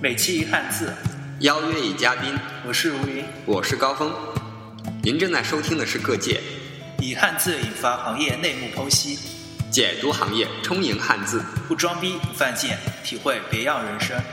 每期一汉字， 邀约一嘉宾。 我是吴云， 我是高峰。您正在收听的是《各界》， 以汉字引发行业内幕剖析， 解读行业，充盈汉字， 不装逼不犯贱，体会别样人生。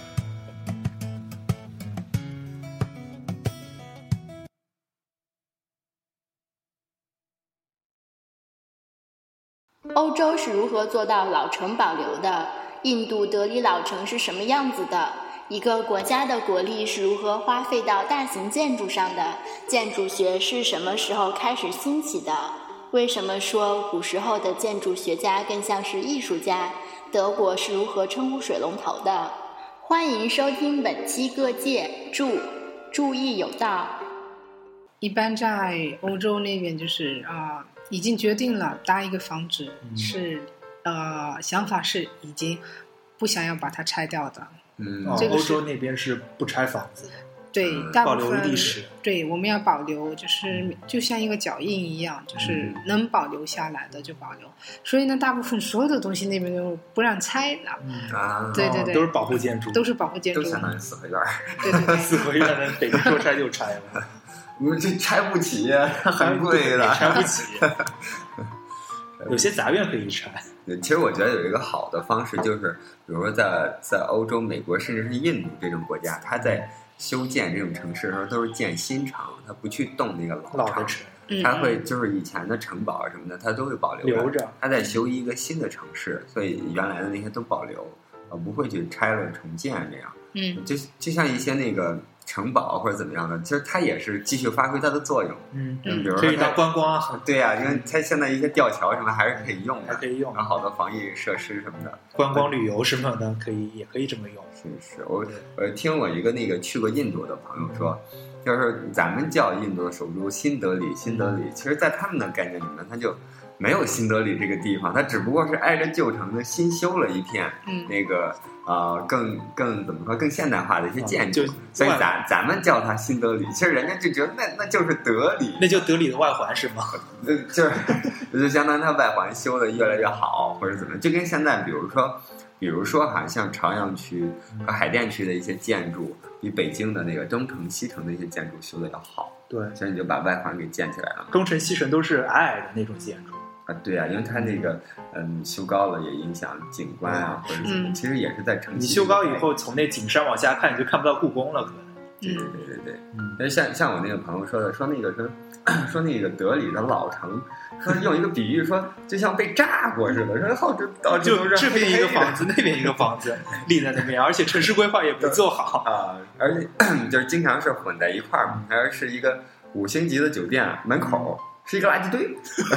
欧洲是如何做到老城保留的？印度德里老城是什么样子的？一个国家的国力是如何花费到大型建筑上的？建筑学是什么时候开始兴起的？为什么说古时候的建筑学家更像是艺术家？德国是如何称呼水龙头的？欢迎收听本期各界，注意有道。 一般在欧洲那边就是已经决定了搭一个房子，是想法是已经不想要把它拆掉的。 欧洲那边是不拆房子的， 对，大部分保留历史。 对，我们要保留，就像一个脚印一样，就是能保留下来的就保留。所以呢，大部分所有的东西那边都不让拆的。对对对， 都是保护建筑， 都是保护建筑， 都相当于四合院。 对对对， 四合院北京说拆就拆了。 我们这拆不起，很贵的， 拆不起。有些杂院可以拆。 其实我觉得有一个好的方式，就是比如说在欧洲、美国甚至是印度这种国家，它在修建这种城市的时候都是建新城，它不去动那个老城，它会就是以前的城堡什么的，它都会保留着。它在修一个新的城市，所以原来的那些都保留，不会去拆了重建这样。就像一些那个城堡或者怎么样的，其实它也是继续发挥它的作用。比如说可以当观光啊。 对呀，因为它现在一些吊桥什么还是可以用的， 还可以用， 然后好多防疫设施什么的， 观光旅游什么的也可以这么用。 是，我听我一个那个去过印度的朋友说，就是咱们叫印度的首都新德里，其实在他们的概念里面，它就没有新德里这个地方，它只不过是挨着旧城的新修了一片，那个更怎么说更现代化的一些建筑，所以咱们叫它新德里，其实人家就觉得那就是德里， 那就德里的外环是吗？ 就相当于它外环修的越来越好，或者怎么，就跟现在比如说像朝阳区和海淀区的一些建筑，比北京的那个东城西城的一些建筑修的要好。对，所以你就把外环给建起来了。 东城西城都是矮矮的那种建筑。 对啊，因为它那个修高了也影响景观啊，或者什么，其实也是在城市。 你修高以后，从那景山往下看，你就看不到故宫了，可能。 对。像我那个朋友说的，说那个德里的老城，说用一个比喻说，就像被炸过似的，说好就这边一个房子，那边一个房子立在那边，而且城市规划也没做好而且就是经常是混在一块儿，还是一个5星级的酒店门口。是一个垃圾堆，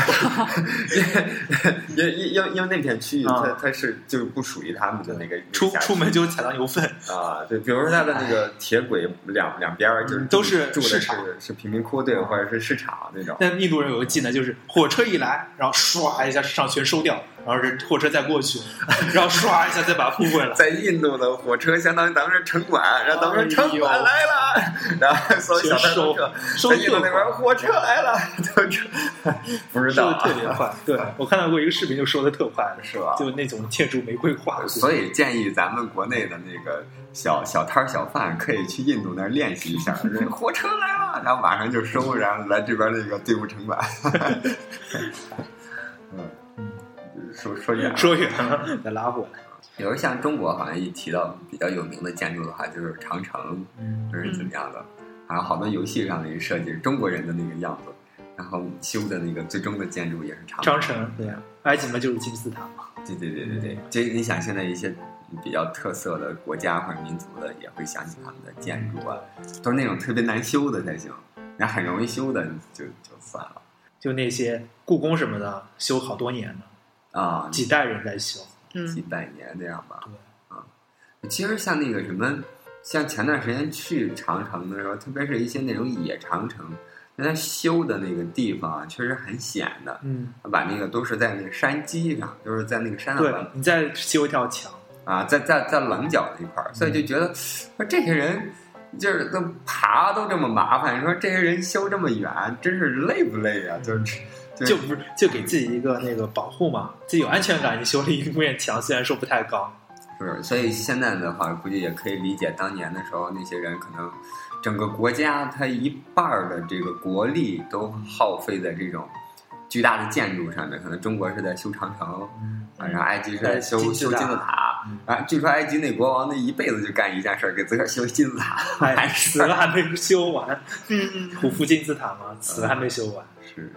因为那片区域它是就不属于他们的那个出门就踩到牛粪对，比如说它的那个铁轨两边就是都是住的市场， 是贫民窟对，或者是市场那种。 但印度人有个技能，就是火车一来，然后唰一下市场全收掉，然后火车再过去，然后唰一下再把它铺回来。 在印度的火车相当于咱们是城管，然后咱们城管来了，然后所有小摊车在印度那边火车来了。不知道， 特别快。对，我看到过一个视频，就说的特快的， 是吧？ 就那种建筑玫瑰花。 所以建议咱们国内的那个小摊小贩可以去印度那儿练习一下，火车来了，然后马上就收，然后来这边那个队伍城管。说远了，再拉回来。 比如像中国，好像一提到比较有名的建筑的话，就是长城，就是怎么样的？好像好多游戏上的一个设计，中国人的那个样子。然后修的那个最终的建筑也是长城， 对呀，埃及嘛就是金字塔嘛。 对，就你想现在一些比较特色的国家或者民族的，也会想起他们的建筑啊，都是那种特别难修的才行，然后很容易修的就算了。 就那些故宫什么的，修好多年呢几代人在修， 几百年这样吧。对其实像那个什么，像前段时间去长城的时候，特别是一些那种野长城。那他修的那个地方啊，确实很险的。把那个都是在那个山基上，就是在那个山上。 对，你再修一条墙在棱角那一块儿，所以就觉得说这些人就是都爬都这么麻烦，你说这些人修这么远，真是累不累啊？ 就给自己一个那个保护嘛，自己有安全感。你修了一面墙，虽然说不太高。 是，所以现在的话，估计也可以理解当年的时候，那些人可能整个国家他一半的这个国力都耗费在这种巨大的建筑上面。可能中国是在修长城，然后埃及是在修金字塔，啊，据说埃及那国王那一辈子就干一件事，给自个儿修金字塔， 死了还没修完。胡夫金字塔嘛，死了还没修完。 是。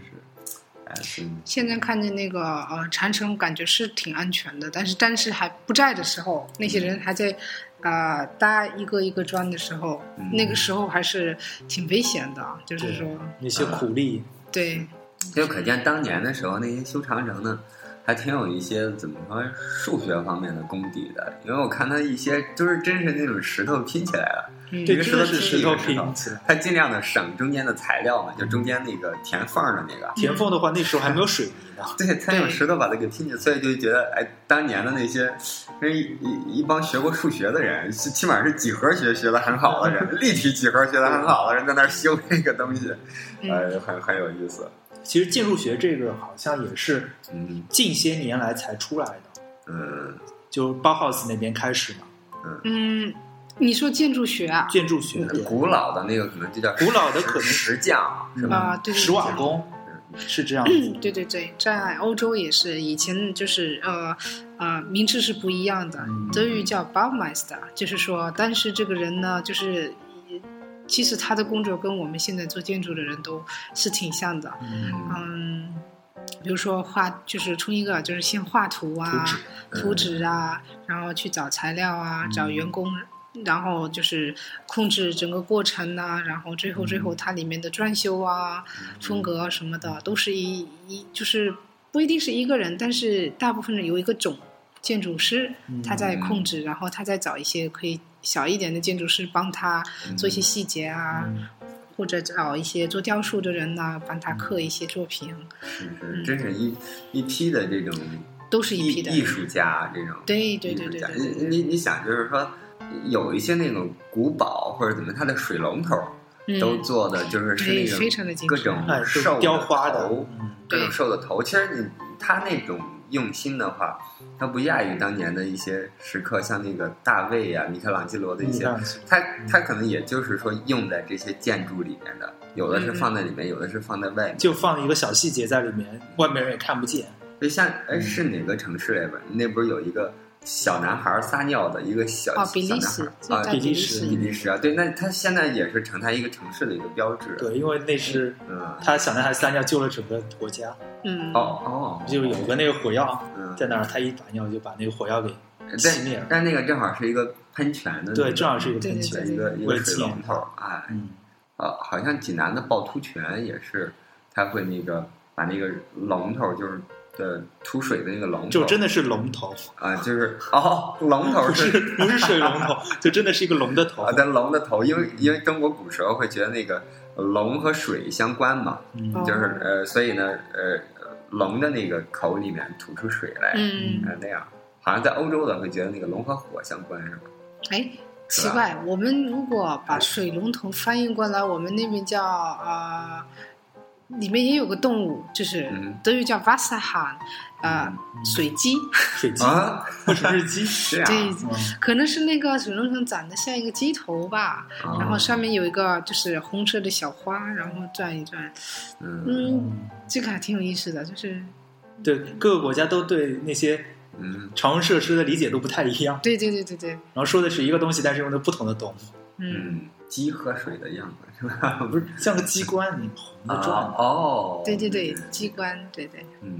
现在看见那个长城，感觉是挺安全的，但是还不在的时候，那些人还在搭一个一个砖的时候，那个时候还是挺危险的，就是说那些苦力。 对， 就可见当年的时候，那些修长城呢，还挺有一些怎么说数学方面的功底的，因为我看他一些就是真是那种石头拼起来了。 这真的是石头拼起来， 它尽量的省中间的材料嘛，就中间那个填缝的那个。 填缝的话，那时候还没有水泥呢。 对，它用石头把它给拼起来，所以就觉得，哎，当年的那些一帮学过数学的人，起码是几何学学得很好的人，立体几何学得很好的人，在那儿修这个东西，很有意思。 其实建筑学这个好像也是，近些年来才出来的。就包豪斯那边开始嘛。 你说建筑学啊？ 建筑学， 古老的那个可能就叫古老的可能石匠是吧？ 对， 石瓦工是这样子。 对，在欧洲也是，以前就是名字是不一样的，德语叫 Baumeister， 就是说，但是这个人呢，就是其实他的工作跟我们现在做建筑的人都是挺像的。比如说就是从一个就是先画图啊、图纸啊，然后去找材料啊、找员工。然后就是控制整个过程啊，然后最后它里面的装修啊、风格什么的，都是就是不一定是一个人，但是大部分人有一个总建筑师，他在控制，然后他在找一些可以小一点的建筑师帮他做一些细节啊，或者找一些做雕塑的人呐，帮他刻一些作品。 是，真是一批的这种， 都是一批的艺术家这种。 对。 你想，就是说。有一些那种古堡或者怎么，它的水龙头都做的就是那种各种兽雕花的头，各种兽的头。其实它那种用心的话，它不亚于当年的一些石刻，像那个大卫啊、米开朗基罗的一些，它可能也就是说用在这些建筑里面的，有的是放在里面，有的是放在外面， 就放一个小细节在里面，外面人也看不见。 所以像是哪个城市来着？那不是有一个？小男孩撒尿的一个小比利时比利时啊，对，那他现在也是成他一个城市的一个标志。 对，因为那是他小男孩撒尿救了整个国家。就有个那个火药在那儿，他一打尿就把那个火药给熄灭了。 但那个正好是一个喷泉的， 对，正好是一个喷泉， 一个水龙头。好像济南的趵突泉也是，他会那个把那个龙头就是。吐水的那个龙头， 就真的是龙头啊，就是龙头不是水龙头，就真的是一个龙的头啊，对，龙的头，因为中国古时候会觉得那个龙和水相关嘛，就是所以呢龙的那个口里面吐出水来，那样，好像在欧洲的会觉得那个龙和火相关是吧？ 哎，奇怪，我们如果把水龙头翻译过来，我们那边叫里面也有个动物，就是德语叫 Wasserhahn， 水鸡啊， 或者是鸡， 对，可能是那个水龙头长得像一个鸡头吧，然后上面有一个就是红色的小花，然后转一转，这个还挺有意思的，就是对各个国家都对那些常用设施的理解都不太一样， 对， 然后说的是一个东西，但是用的不同的动物， 鸡喝水的样子是吧？ 不是像个鸡冠，红的状。 对，鸡冠，对。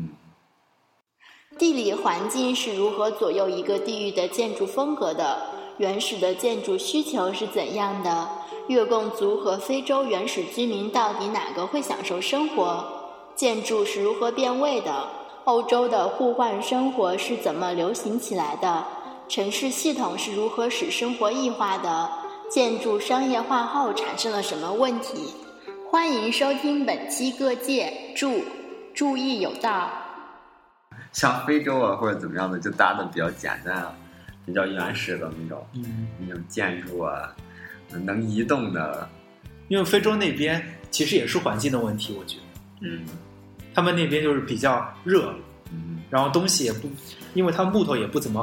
地理环境是如何左右一个地域的建筑风格的？原始的建筑需求是怎样的？越共族和非洲原始居民到底哪个会享受生活？建筑是如何变味的？欧洲的互换生活是怎么流行起来的？城市系统是如何使生活异化的？建筑商业化后产生了什么问题？欢迎收听本期各界注意有道。 像非洲啊或者怎么样的，就搭的比较简单啊，比较原始的那种建筑啊，能移动的。 因为非洲那边其实也是环境的问题，我觉得，他们那边就是比较热，然后东西也不，因为他们木头也不怎么好，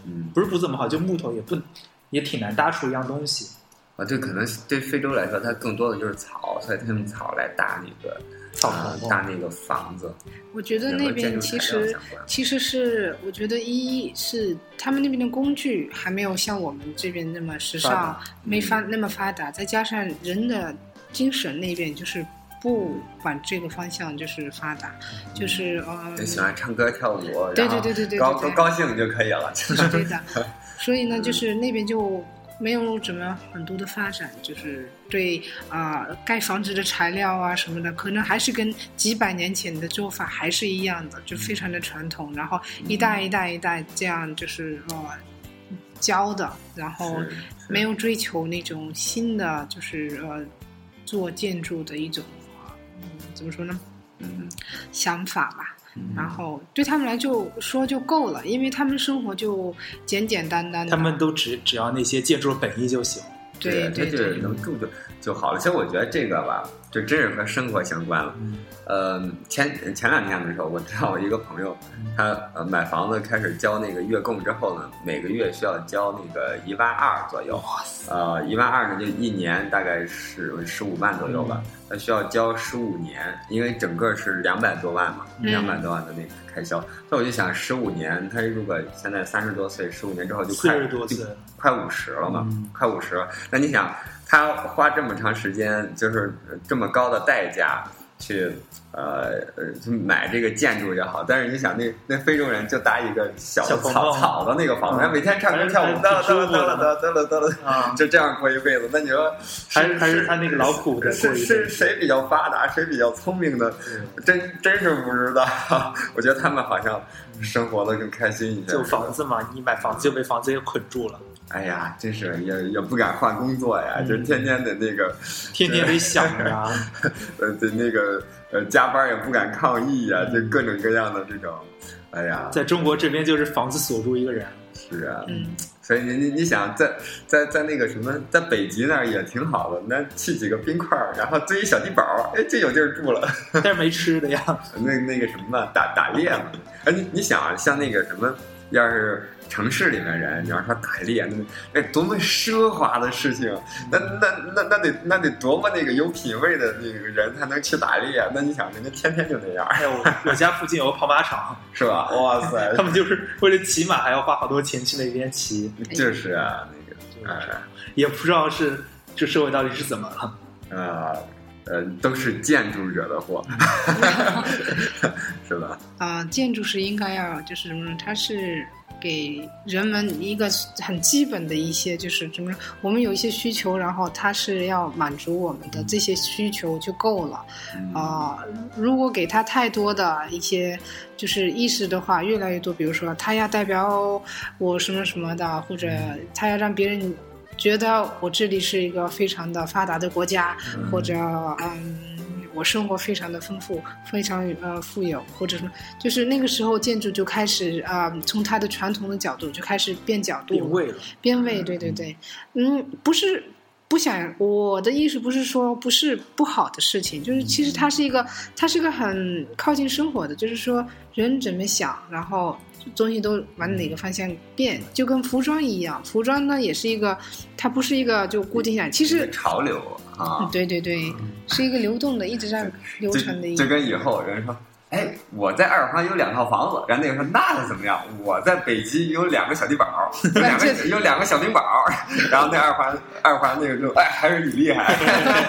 不是不怎么好，就木头也挺难搭出一样东西。 对，可能对非洲来说，它更多的就是草，所以他用草来搭那个搭那个房子。 我觉得那边其实是，我觉得一是他们那边的工具还没有像我们这边那么时尚，那么发达，再加上人的精神那边就是不往这个方向就是发达，就是喜欢唱歌跳舞， 对， 高兴就可以了， 是对的。所以呢，就是那边就没有怎么很多的发展，就是对盖房子的材料啊什么的，可能还是跟几百年前的做法还是一样的，就非常的传统，然后一代一代这样就是教的，然后没有追求那种新的就是做建筑的一种怎么说呢想法吧。然后对他们来说就够了，因为他们生活就简简单单的， 他们都只要那些建筑的本意就行。 对， 他就是能住就好了。其实我觉得这个吧，就真是和生活相关了。前2天的时候，我知道我一个朋友，他买房子开始交那个月供之后呢，每个月需要交那个1.2万左右。1.2万呢，就一年大概是15万左右吧。他需要交15年，因为整个是200多万嘛，200多万的那个开销。所以我就想，15年，他如果现在30多岁，15年之后就快50了嘛，快50了。那你想，他花这么长时间，就是这么高的代价去买这个建筑也好，但是你想那非洲人就搭一个小的草的那个房子，每天唱歌跳舞，得了，就这样过一辈子。那你说还是他那个劳苦的， 是谁比较发达，谁比较聪明的？真是不知道。我觉得他们好像生活的更开心一些。 就房子嘛，你买房子就被房子给捆住了。 哎呀，真是也不敢换工作呀，就天天的那个， 天天得想着对那个加班也不敢抗议呀，就各种各样的这种，哎呀， 在中国这边就是房子锁住一个人。 是啊，所以你想在那个什么，在北极那儿也挺好的，那砌几个冰块，然后堆一小地堡，就有地儿住了。 但是没吃的呀， 那个什么打猎嘛，你想啊，像那个什么，要是城市里面人，你要说打猎，那多么奢华的事情，那得多么那个有品位的那个人才能去打猎。那你想，人家天天就那样。 我家附近有个跑马场， 是吧？哇塞， 他们就是为了骑马还要花好多钱去那边骑。 就是啊，那个也不知道这社会到底是怎么了。 都是建筑惹的祸，是吧？ 建筑是应该要就是什么呢？它是给人们一个很基本的一些，就是怎么说？我们有一些需求，然后它是要满足我们的这些需求就够了。如果给他太多的一些就是意识的话，越来越多，比如说他要代表我什么什么的，或者他要让别人觉得我这里是一个非常的发达的国家，或者我生活非常的丰富，非常富有，或者说就是那个时候建筑就开始从它的传统的角度就开始变角度变位，对，不是不想，我的意思不是说不是不好的事情，就是其实它是一个很靠近生活的，就是说人怎么想，然后东西都往哪个方向变，就跟服装一样，服装呢也是一个，它不是一个就固定下来，其实潮流啊， 对，是一个流动的，一直在流传的一个。 就跟以后人说，哎，我在二环有2套房子，然后那个说那怎么样？我在北极有2个小地堡，有2个小冰堡，然后那二环那个就还是你厉害。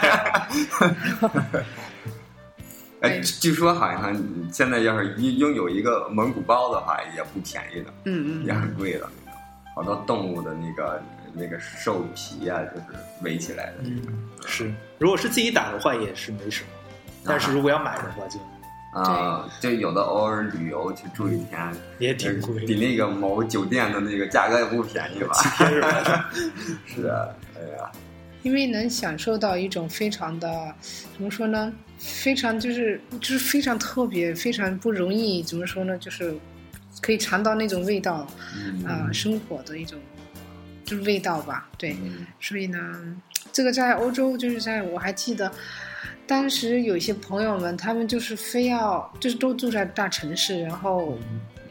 据说好像现在要是拥有一个蒙古包的话也不便宜的，也很贵的那种，好多动物的那个兽皮啊，就是围起来的那种。 是，如果是自己打的话也是没什么，但是如果要买的话就有的偶尔旅游去住1天也挺贵， 比那个某酒店的那个价格也不便宜吧？是啊，哎呀。 因为能享受到一种非常的怎么说呢？非常就是非常特别，非常不容易，怎么说呢？就是可以尝到那种味道，生活的一种就是味道吧。对，所以呢，这个在欧洲就是我还记得，当时有一些朋友们，他们就是非要就是都住在大城市，然后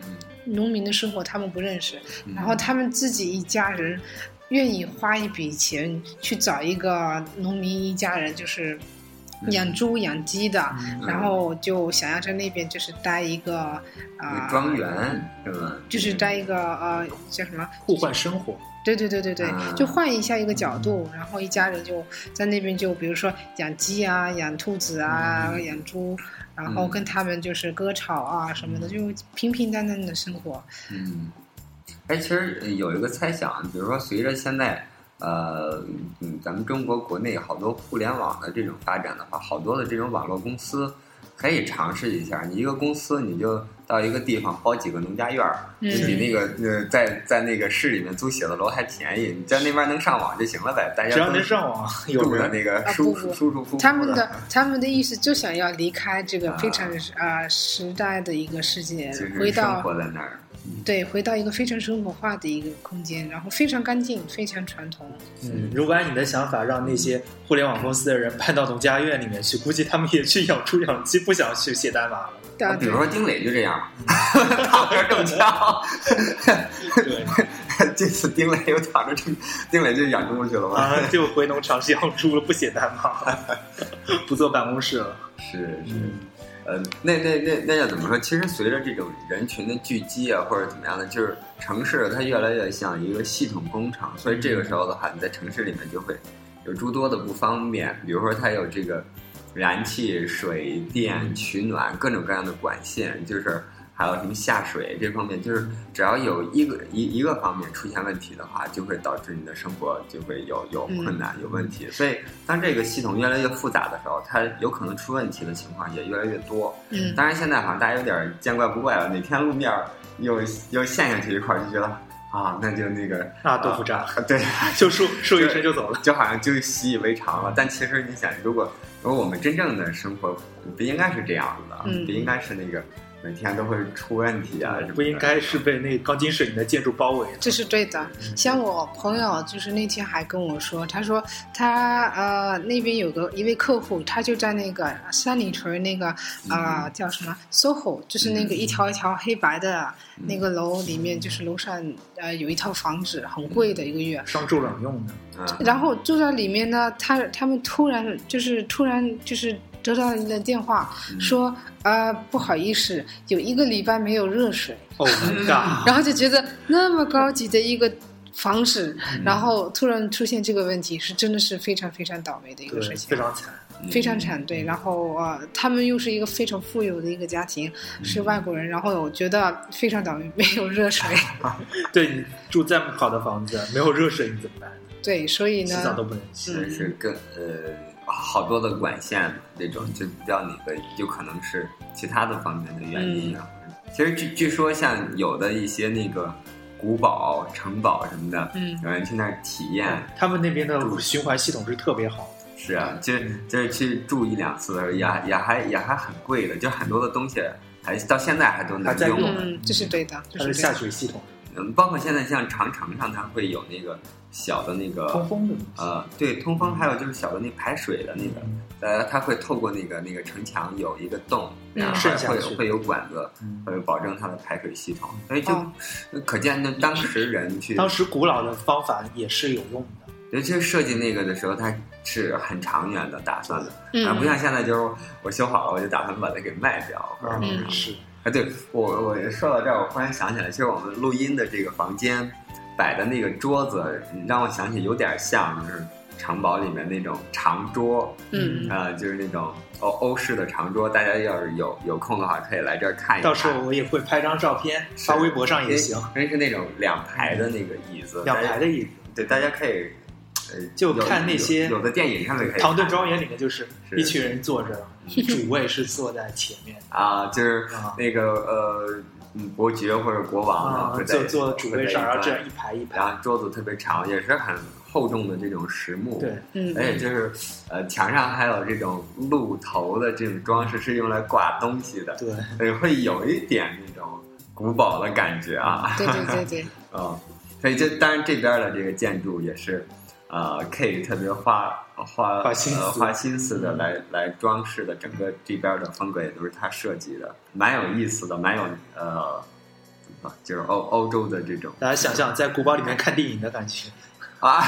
农民的生活他们不认识，然后他们自己一家人愿意花一笔钱去找一个农民一家人，就是养猪养鸡的，然后就想要在那边就是待一个庄园是吧？ 就是待一个叫什么互换生活。 对，就换一下一个角度，然后一家人就在那边就比如说养鸡啊、养兔子啊、养猪，然后跟他们就是割草啊什么的，就平平淡淡的生活。 其实有一个猜想，比如说随着现在咱们中国国内好多互联网的这种发展的话，好多的这种网络公司可以尝试一下，你一个公司你就到一个地方包几个农家院就比那个在那个市里面租写字楼还便宜，你在那边能上网就行了呗，大家只要能上网， 住的那个舒服服。 他们的意思就想要离开这个非常时代的一个世界，回到生活在那儿。 对，回到一个非常生活化的一个空间，然后非常干净，非常传统。 如果按你的想法，让那些互联网公司的人搬到农家院里面去，估计他们也去养猪养鸡，不想去写代码了。 比如说丁磊就这样，躺着挣枪。 对， 这次丁磊又躺着挣，丁磊就养猪去了吧？ 就回农场养猪了，不写代码了，不坐办公室了。 是。那要怎么说？其实随着这种人群的聚集啊，或者怎么样的，就是城市它越来越像一个系统工程，所以这个时候的话，你在城市里面就会有诸多的不方便，比如说它有这个燃气、水电、取暖各种各样的管线，就是还有什么下水这方面，就是只要有一个方面出现问题的话，就会导致你的生活就会有困难、有问题。所以当这个系统越来越复杂的时候，它有可能出问题的情况也越来越多。当然现在好像大家有点见怪不怪了，哪天路面又陷下去一块，就觉得那就那个豆腐渣， 对， 就说一声就走了， 就好像就习以为常了。但其实你想，如果我们真正的生活不应该是这样子的，不应该是那个每天都会出问题啊， 不应该是被那钢筋水泥的建筑包围。 这是对的。像我朋友就是那天还跟我说，他说他那边有一位客户，他就在那个三里屯那个叫什么 SOHO， 就是那个一条一条黑白的那个楼里面，就是楼上有一套房子，很贵的一个月， 商住冷用的。 然后住在里面呢，他们突然就是得到了一个电话，说不好意思，有1个礼拜没有热水。 Oh my god！ 然后就觉得那么高级的一个房子，然后突然出现这个问题，是真的是非常非常倒霉的一个事情， 非常惨。 非常惨，对。然后他们又是一个非常富有的一个家庭，是外国人，然后我觉得非常倒霉，没有热水。 对，你住这么好的房子，没有热水你怎么办？ 对，所以呢， 洗澡都不能洗。 是跟好多的管线这种，就比较那个，有可能是其他的方面的原因啊。其实据说像有的一些那个古堡、城堡什么的，有人去那儿体验， 他们那边的循环系统是特别好的。 是啊，就是去住1-2次的，也还很贵的，就很多的东西还到现在还都能用。 这是对的， 它是下水系统。 包括现在像长城上，它会有那个小的那个通风的对，通风，还有就是小的那排水的那个，它会透过那个城墙有一个洞，然后会有管子，会保证它的排水系统。所以就可见，就当时人去， 当时古老的方法也是有用的。 尤其是设计那个的时候，它是很长远的打算的，不像现在就是我修好了，我就打算把它给卖掉。 是。 对，我说到这儿，我忽然想起来，其实我们录音的这个房间摆的那个桌子，让我想起有点像就是城堡里面那种长桌，就是那种欧式的长桌。大家要是有空的话，可以来这儿看一看。 到时候我也会拍张照片发微博上也行。 因为是那种2排的那个椅子 ，2排的椅子， 对，大家可以。 就看那些有的电影上面可以， 唐顿庄园里面就是一群人坐着，主位是坐在前面就是那个伯爵或者国王会坐主位上，然后这样一排一排， 然后桌子特别长，也是很厚重的这种实木， 对， 而且就是墙上还有这种鹿头的这种装饰，是用来挂东西的， 对， 会有一点那种古堡的感觉啊， 对， 所以就当然这边的这个建筑也是。K 特别花心思的来装饰的，整个这边的风格也都是他设计的，蛮有意思的，蛮有就是欧洲的这种。 大家想象在古堡里面看电影的感觉啊，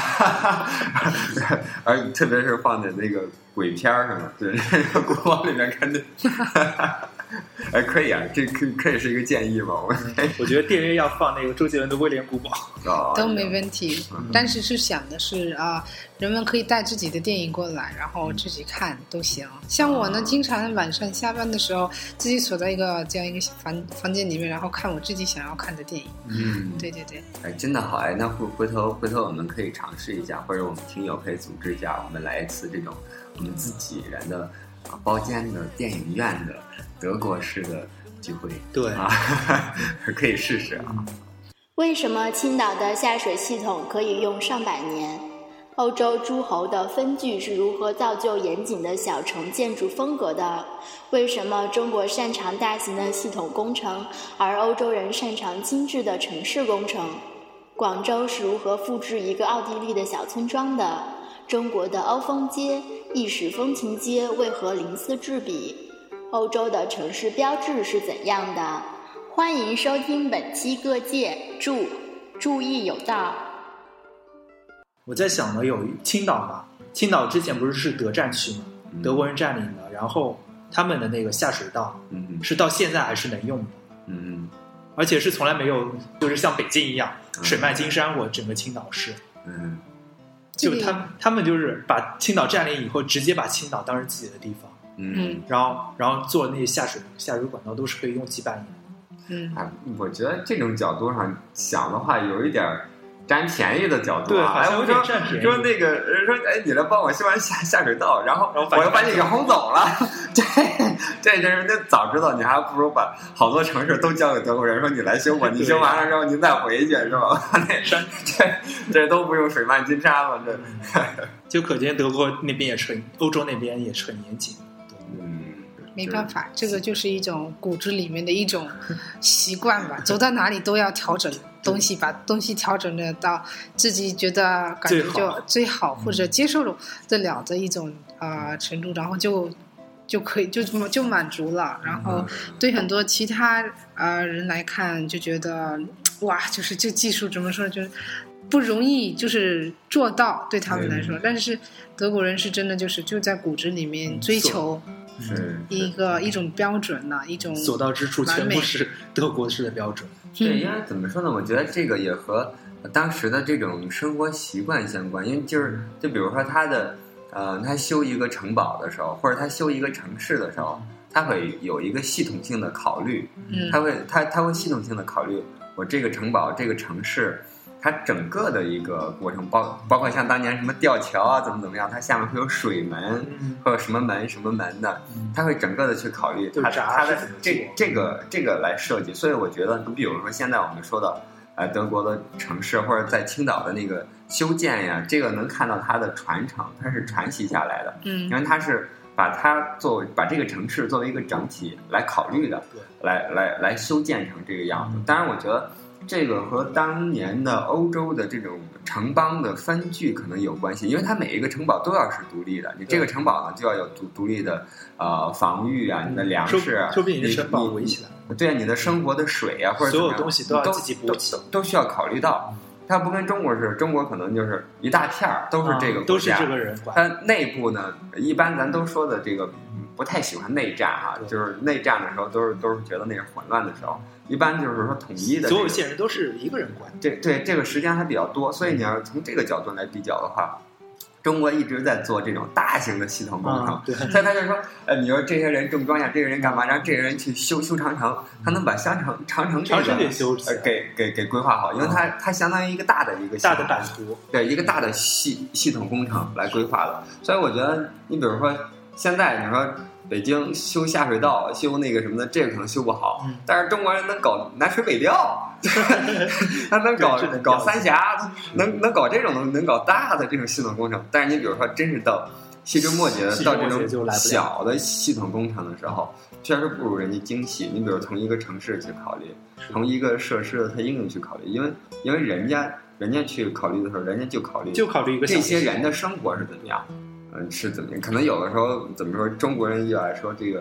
而特别是放在那个鬼片上面，对，那个古堡里面看电影。哎，可以啊，这可以是一个建议吧？ 我觉得电影院要放那个周杰伦的《威廉古堡》 都没问题。但是想的是人们可以带自己的电影过来，然后自己看都行。像我呢，经常晚上下班的时候，自己锁在这样一个房间里面，然后看我自己想要看的电影。对。 哎，真的好哎，那回头我们可以尝试一下，或者我们听友可以组织一下，我们来一次这种我们自己人的包间的电影院的德国式的聚会。 对可以试试啊。 为什么青岛的下水系统可以用上百年？欧洲诸侯的分据是如何造就严谨的小城建筑风格的？为什么中国擅长大型的系统工程，而欧洲人擅长精致的城市工程？广州是如何复制一个奥地利的小村庄的？中国的欧风街、意式风情街为何鳞次栉比？欧洲的城市标志是怎样的？欢迎收听本期各界，注意有道。 我在想呢，有青岛嘛，青岛之前不是德占区嘛，德国人占领的，然后他们的那个下水道，是到现在还是能用的，而且是从来没有，就是像北京一样水漫金山过整个青岛市，就他们就是把青岛占领以后，直接把青岛当成自己的地方，然后做那些下水管道都是可以用几百年的， 我觉得这种角度上想的话，有一点占便宜的角度对，好像有点占便宜。 说那个人说，哎，你来帮我修完下水道，然后我要把你给轰走了。这真是，那早知道你还不如把好多城市都交给德国人，说你来修吧，你修完了之后您再回去，是吧？这都不用水漫金山了，这就可见德国那边也是，欧洲那边也是很严谨。 没办法，这个就是一种骨子里面的一种习惯吧，走到哪里都要调整东西，把东西调整的到自己觉得感觉就最好或者接受得了的一种程度，然后就可以就满足了。然后对很多其他人来看就觉得哇，就是这技术怎么说，就是不容易就是做到对他们来说，但是德国人是真的就在骨子里面追求一种标准呢，一种所到之处全部是德国式的标准。 对，因为怎么说呢？我觉得这个也和当时的这种生活习惯相关。因为就比如说他修一个城堡的时候，或者他修一个城市的时候，他会有一个系统性的考虑。他会系统性的考虑我这个城堡这个城市。它整个的一个过程，包括像当年什么吊桥啊，怎么样，它下面会有水门，会有什么门的，它会整个的去考虑它的这个来设计。所以我觉得，你比如说现在我们说的，德国的城市或者在青岛的那个修建呀，这个能看到它的传承，它是传习下来的，因为它是把这个城市作为一个整体来考虑的，来修建成这个样子。当然，我觉得。这个和当年的欧洲的这种城邦的分据可能有关系，因为它每一个城堡都要是独立的，你这个城堡呢就要有独立的防御啊，你的粮食啊， 说不定你的城堡围起来， 对啊，你的生活的水啊，或者所有东西都要自己补给， 都需要考虑到。它不跟中国似的，中国可能就是一大片都是这个国家， 都是这个人管。 它内部呢，一般咱都说的这个不太喜欢内战哈，就是内战的时候都是觉得那是混乱的时候。一般就是说统一的， 所有县人都是一个人管。 对，这个时间还比较多，所以你要从这个角度来比较的话，中国一直在做这种大型的系统工程。所以他就说，你说这些人种庄稼，这个人干嘛？让这个人去修长城，他能把长城这个给规划好，因为它相当于一个大的大的版图， 对，一个大的系统工程来规划的。所以我觉得，你比如说现在你说。北京修下水道、修那个什么的，这个可能修不好，但是中国人能搞南水北调，他能搞三峡，能搞这种能搞大的这种系统工程。但是你比如说，真是到细枝末节的到这种小的系统工程的时候，确实不如人家精细。你比如从一个城市去考虑，从一个设施的它应用去考虑，因为人家去考虑的时候，人家就考虑一个这些人的生活是怎么样。是怎么样？可能有的时候怎么说？中国人又爱说这个什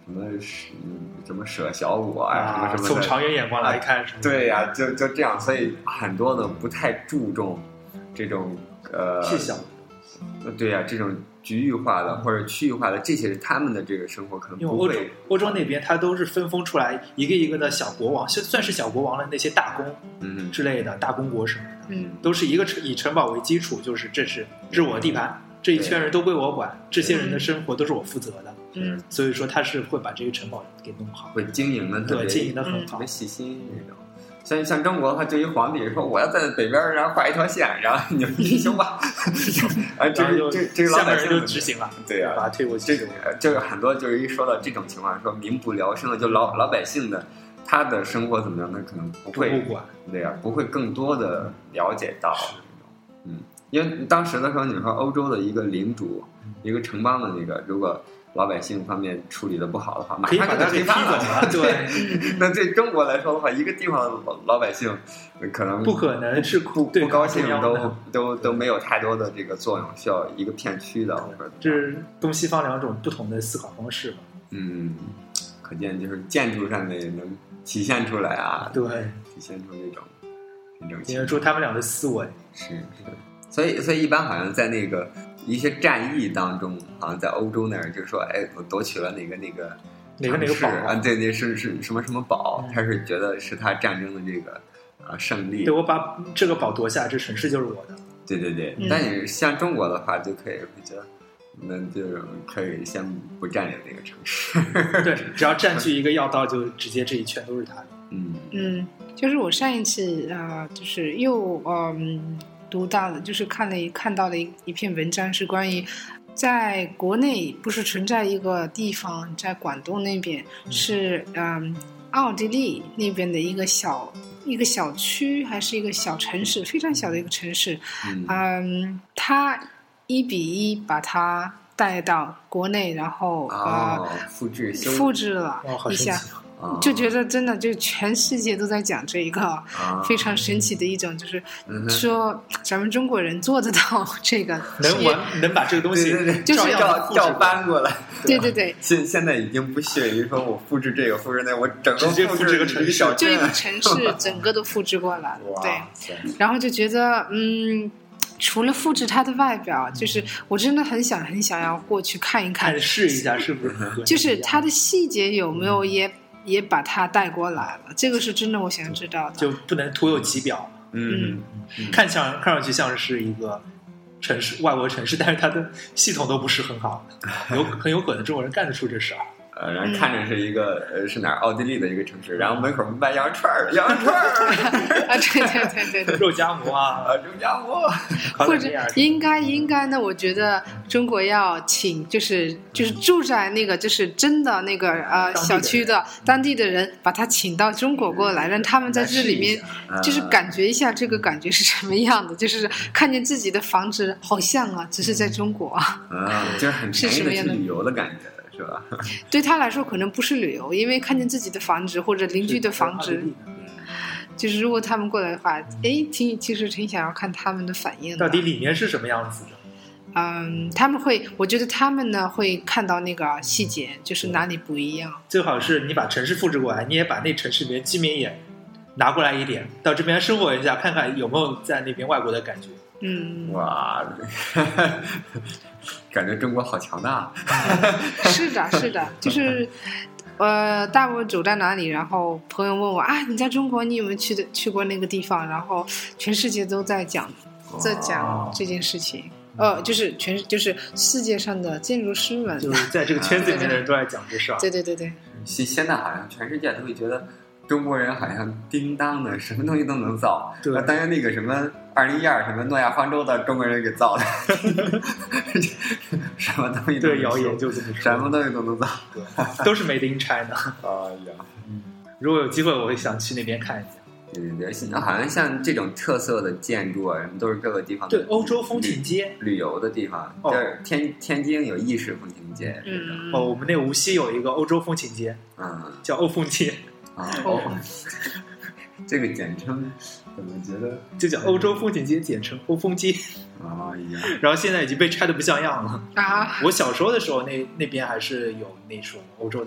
什么舍小我呀，什么从长远眼光来看， 对呀，就这样，所以很多的不太注重这种细小， 对呀，这种局域化的或者区域化的，这些是他们的这个生活可能不会。 欧洲那边，它都是分封出来一个一个的小国王，算是小国王的那些大公，之类的大公国什么的，都是一个以城堡为基础，就是这是我的地盘，这一圈人都归我管，这些人的生活都是我负责的。所以说他是会把这个城堡给弄好， 会经营的对，经营的很好， 特别细心那种。像中国的话，就一皇帝说我要在北边，然后画一条线，然后你们行吧，这个下面人就执行了， 对呀， 把它推过去。 这个很多就是一说到这种情况，说民不聊生的，就老百姓的他的生活怎么样，那可能不会管， 对呀，不会更多的了解到因为当时的时候，你说欧洲的一个领主，一个城邦的那个，如果老百姓方面处理的不好的话，马上就给踢走了。对， 那对中国来说的话，一个地方的老百姓可能不可能是不高兴，都没有太多的这个作用，需要一个片区的。 这是东西方两种不同的思考方式吧？ 可见就是建筑上面也能体现出来啊， 对， 体现出那种体现出他们俩的思维。 是，所以一般好像在那个。一些战役当中，好像在欧洲那儿，就是说，我夺取了哪个堡啊？对，那是什么什么堡？他是觉得是他战争的这个胜利。 对，我把这个堡夺下，这城市就是我的。 对。但你像中国的话，就可以会觉得，那就可以先不占领那个城市。 对，只要占据一个要道，就直接这一圈都是他的。 就是我上一次就是又读到的，就是看到的一篇文章，是关于在国内不是存在一个地方，在广东那边是奥地利那边的一个小区，还是一个小城市，非常小的一个城市。它1比1把它带到国内，然后复制了一下。就觉得真的就全世界都在讲这一个非常神奇的一种，就是说咱们中国人做得到这个， 能把这个东西就是照搬过来。 对。 现在已经不屑于说我复制这个复制那，我整个直接复制个城市， 就一个城市整个都复制过来了。对，然后就觉得除了复制它的外表，就是我真的很想要过去看一看， 试一下是不是， 就是它的细节有没有也把它带过来了，这个是真的我想知道的， 就不能徒有其表。看上去像是一个城市，外国城市，但是它的系统都不是很好，很有可能中国人干得出这事儿。 然后看着是一个是哪儿奥地利的一个城市，然后门口卖羊肉串儿对， 肉夹馍肉夹馍， 或者应该呢？我觉得中国要请就是住在那个就是真的那个小区的当地的人，把他请到中国过来，让他们在这里面就是感觉一下这个感觉是什么样的，就是看见自己的房子好像只是在中国就是很便宜的去旅游的感觉。 对他来说可能不是旅游，因为看见自己的房子或者邻居的房子，就是如果他们过来的话，其实挺想要看他们的反应的。 到底里面是什么样子的？ 他们会，我觉得他们呢会看到那个细节，就是哪里不一样。 最好是你把城市复制过来，你也把那城市里面居民也拿过来一点，到这边生活一下，看看有没有在那边外国的感觉。 哇，感觉中国好强大。 是的，就是大部分走在哪里，然后朋友问我你在中国你有没有去过那个地方，然后全世界都在讲这件事情。就是就是世界上的建筑师们， 就是在这个圈子里面的人都在讲这事儿。 对。 现在好像全世界都会觉得中国人好像叮当的，什么东西都能造。 对， 当然那个什么2012什么诺亚方舟的中国人给造的，什么东西都对，谣言就这么说， 什么东西都能造， 对，都是 Made in China。如果有机会，我会想去那边看一下。 对，现在好像像这种特色的建筑什么都是各个地方对欧洲风情街旅游的地方，就是天津有意式风情街。 我们那无锡有一个欧洲风情街，叫欧风街。 这个简称怎么觉得就叫欧洲风情街，简称欧风街。然后现在已经被拆得不像样了。我小时候的时候，那边还是有那种欧洲的楼的。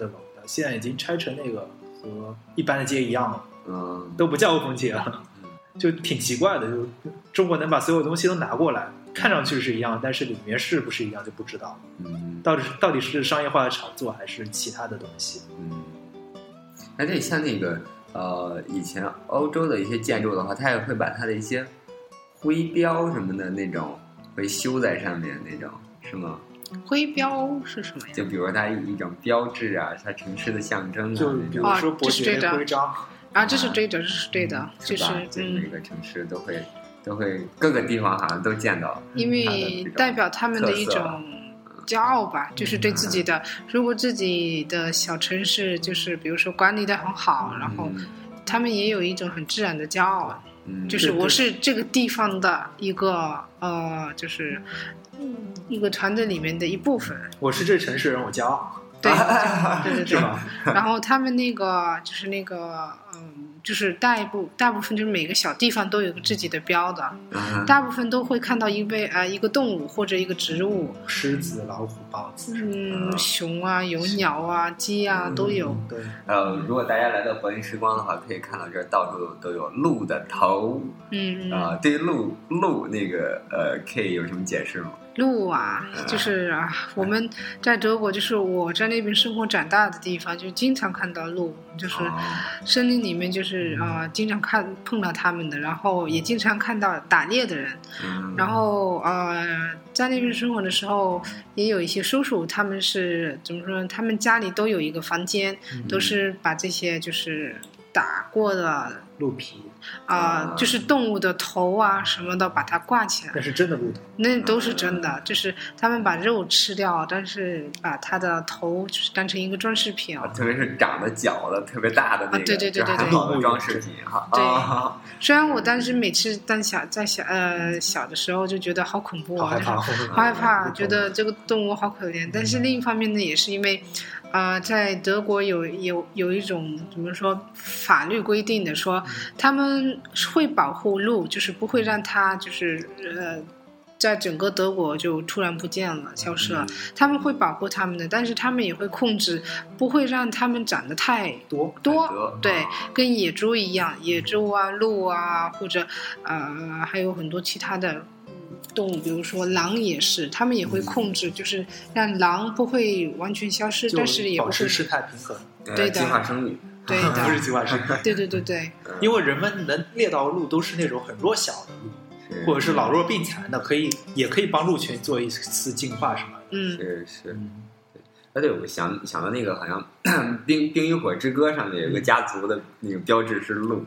现在已经拆成那个和一般的街一样了，都不叫欧风街了，就挺奇怪的。就中国能把所有东西都拿过来，看上去是一样，但是里面是不是一样就不知道。到底是商业化的炒作还是其他的东西？ 而且像那个以前欧洲的一些建筑的话，它也会把它的一些徽标什么的那种会修在上面那种，是吗？ 徽标是什么呀？ 就比如它一种标志啊，它城市的象征啊， 就比如说伯爵的徽章啊，这是对的，这是对的，就是每个城市都会各个地方好像都见到， 因为代表他们的一种骄傲吧，就是对自己的，如果自己的小城市就是比如说管理的很好，然后他们也有一种很自然的骄傲，就是我是这个地方的一个就是一个团队里面的一部分， 我是这城市人，我骄傲。 对，然后他们那个就是那个就是大部分就是每个小地方都有个自己的标的，大部分都会看到一个动物或者一个植物， 狮子、老虎、豹子， 熊啊，有鸟啊，鸡啊都有。 对， 如果大家来到柏林时光的话，可以看到这儿到处都有鹿的头。对于鹿那个K 有什么解释吗？ 鹿啊，就是我们在德国，就是我在那边生活长大的地方，就经常看到鹿，就是森林里面就是经常碰到他们的，然后也经常看到打猎的人，然后在那边生活的时候，也有一些叔叔，他们是怎么说呢？他们家里都有一个房间，都是把这些就是打过的鹿皮就是动物的头啊什么的，把它挂起来。 那是真的鹿头， 那都是真的，就是他们把肉吃掉，但是把它的头就是当成一个装饰品特别是长的角的特别大的那个， 对装饰品哈。 对，虽然我当时每次小的时候就觉得好恐怖啊，好害怕，觉得这个动物好可怜，但是另一方面呢，也是因为。在德国有一种怎么说法律规定的说，他们会保护鹿，就是不会让它就是在整个德国就突然不见了消失了，他们会保护他们的，但是他们也会控制，不会让他们长得太多，对，跟野猪一样，野猪啊、鹿啊，或者还有很多其他的。动物，比如说狼也是，他们也会控制，就是让狼不会完全消失，但是也不会保持事态平衡。 对的， 计划生育， 对的， 不是计划生育。 对。 因为人们能猎到鹿都是那种很弱小的鹿，或者是老弱病残的，也可以帮鹿群做一次进化什么的。 是。对，我想到那个好像《冰与火之歌》上面有一个家族的那个标志是鹿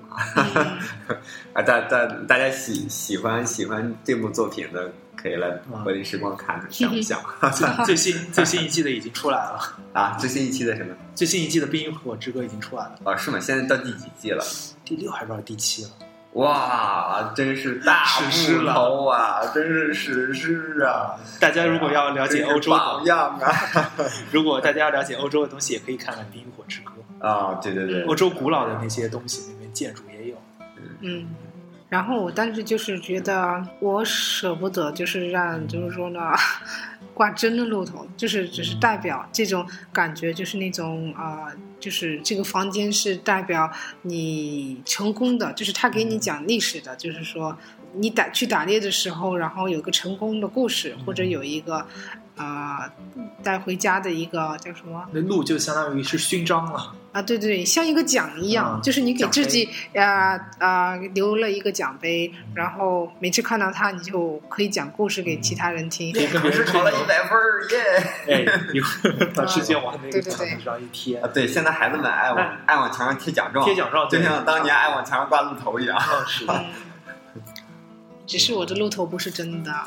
大家喜欢这部作品的可以来柏林时光看，像不像？ 最新一季的已经出来了最新一期的什么？ 最新一季的《冰与火之歌》已经出来了是吗？现在到第几季了？ 第6还是第7了？ 哇，真是大部头啊！真是史诗啊！ 大家如果要了解欧洲的榜样啊， 如果大家要了解欧洲的东西，也可以看看《冰与火之歌》 对， 欧洲古老的那些东西，里面建筑也有。 然后我当时就是觉得我舍不得，就是让怎么说呢，挂真的鹿头，就是只是代表这种感觉，就是那种就是这个房间是代表你成功的，就是他给你讲历史的，就是说你去打猎的时候，然后有个成功的故事，或者有一个带回家的一个叫什么？ 那鹿就相当于是勋章了对，像一个奖一样，就是你给自己留了一一个奖杯，然后每次看到它，你就可以讲故事给其他人听。 可是考了100分耶！把试卷往那个墙上一贴。 对，现在孩子们爱往墙上贴奖状，就像当年爱往墙上挂鹿头一样。 是。 只是我的鹿头不是真的。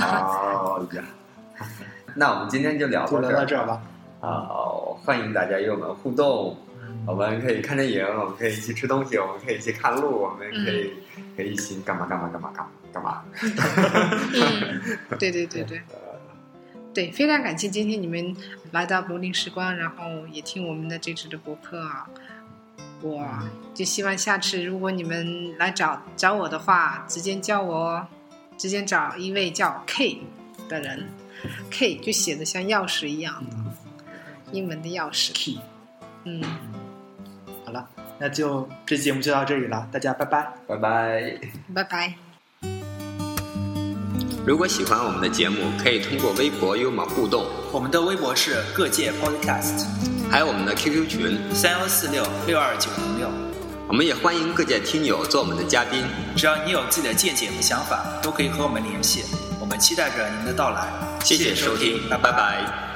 那我们今天就聊到这儿吧。 欢迎大家与我们互动。我们可以看电影，我们可以一起吃东西，我们可以一起看路，我们可以一起干嘛。 对，非常感谢今天你们来到柏林时光，然后也听我们的这次的播客我就希望下次如果你们来找我的话，直接叫我，直接找一位叫 K 的人，K 就写的像钥匙一样的，英文的钥匙 Key。 好了，那就这期节目就到这里了，大家拜拜， 拜拜， 拜拜。 如果喜欢我们的节目，可以通过微博与我们互动。 我们的微博是各界 Podcast， 还有我们的 QQ 群 3146629906。 我们也欢迎各界听友做我们的嘉宾， 只要你有自己的见解和想法，都可以和我们联系。我们期待着您的到来。 谢谢收听，拜拜。